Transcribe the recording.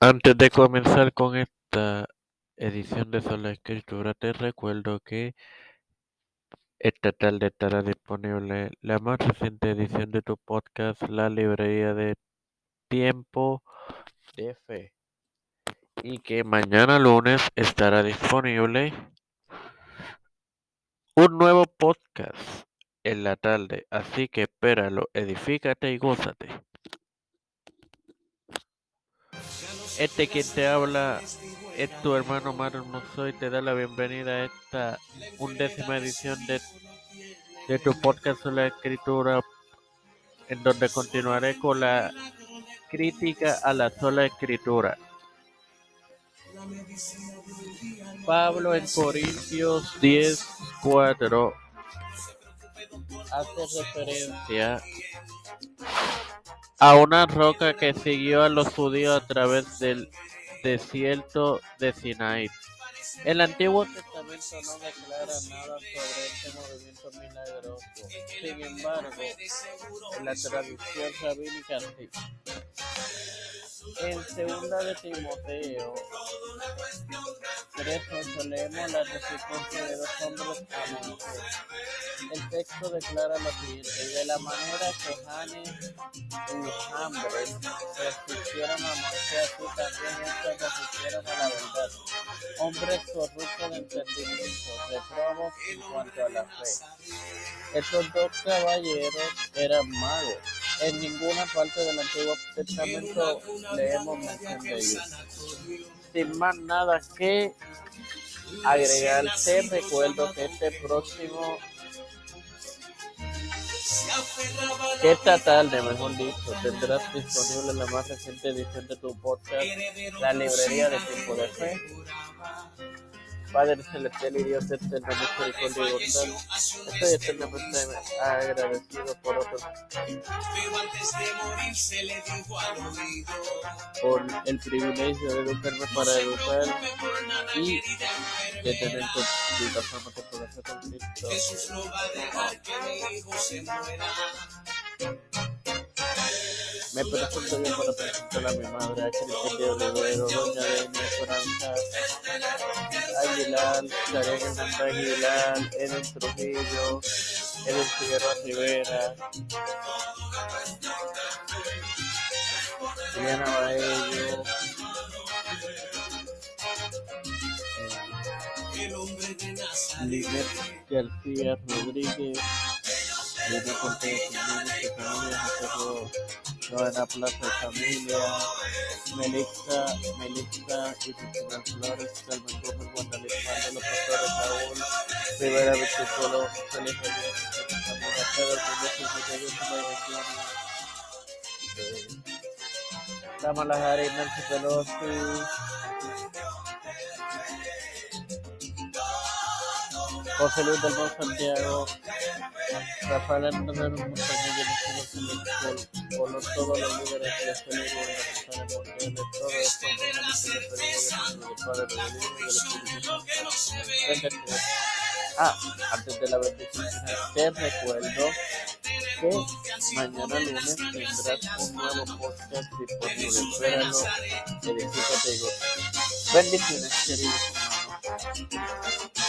Antes de comenzar con esta edición de Sola Escritura, te recuerdo que esta tarde estará disponible la más reciente edición de tu podcast, La Librería de Tiempo de Fe, y que mañana lunes estará disponible un nuevo podcast en la tarde, así que espéralo, edifícate y gózate. Quien te habla es tu hermano Mario Hermoso y te da la bienvenida a esta 11ª edición de tu podcast sobre la escritura, en donde continuaré con la crítica a la sola escritura. Pablo en Corintios 10:4 hace referencia a una roca que siguió a los judíos a través del desierto de Sinaí. El Antiguo Testamento no declara nada sobre este movimiento milagroso. Sin embargo, en la tradición rabínica sí. En 2 de Timoteo 3:8 leemos la resistencia de 2 hombres a Moisés. El texto declara lo siguiente: y de la manera que Janes y Jambres resistieron a Moisés, así también estos resistieron a la verdad. Hombres corruptos de entendimiento, reprobos en cuanto a la fe. Estos dos caballeros eran magos. En ninguna parte del Antiguo Testamento leemos mención de ellos. Sin más nada que agregar, te recuerdo que esta tarde, mejor dicho, tendrás disponible la más reciente edición de tu podcast, La Librería de Tiempo de Fe. Padre celestial y Dios eterno, misericordia y bondad, estoy eternamente agradecido por el privilegio de educarme para educar y de tener tu plataforma que pueda hacer con Cristo. Me presento bien para presentar a mi madre, a Cristian de Olivero, doña Denia Esperanza Aguilar, Karen Hernández Aguilar, Eden Trujillo, Eden Figueroa Rivera, Diana Baello, Linet García Rodríguez, Lina Contreras Jiménez, familia José Joana Plaza Familia, Melissa y Cristina Flores, Carmen Gómez, Guadalupe Pando, los pastores Saúl Rivera, Víctor Polo, Félix Rodríguez, Samuel Pedro, Kamala Harris, Nancy Pelosi, José Luis del Monte Santiago, Rafael Hernández Montañez, por todos los líderes eclesiásticos y gubernamentales mundiales, todo esto en la misericordia del Padre, del Hijo y del Espíritu Santo. Antes de la bendición, te recuerdo que mañana lunes tendrás un nuevo podcast disponible. Espéralo, edifícate y goza. Bendiciones, queridos hermanos.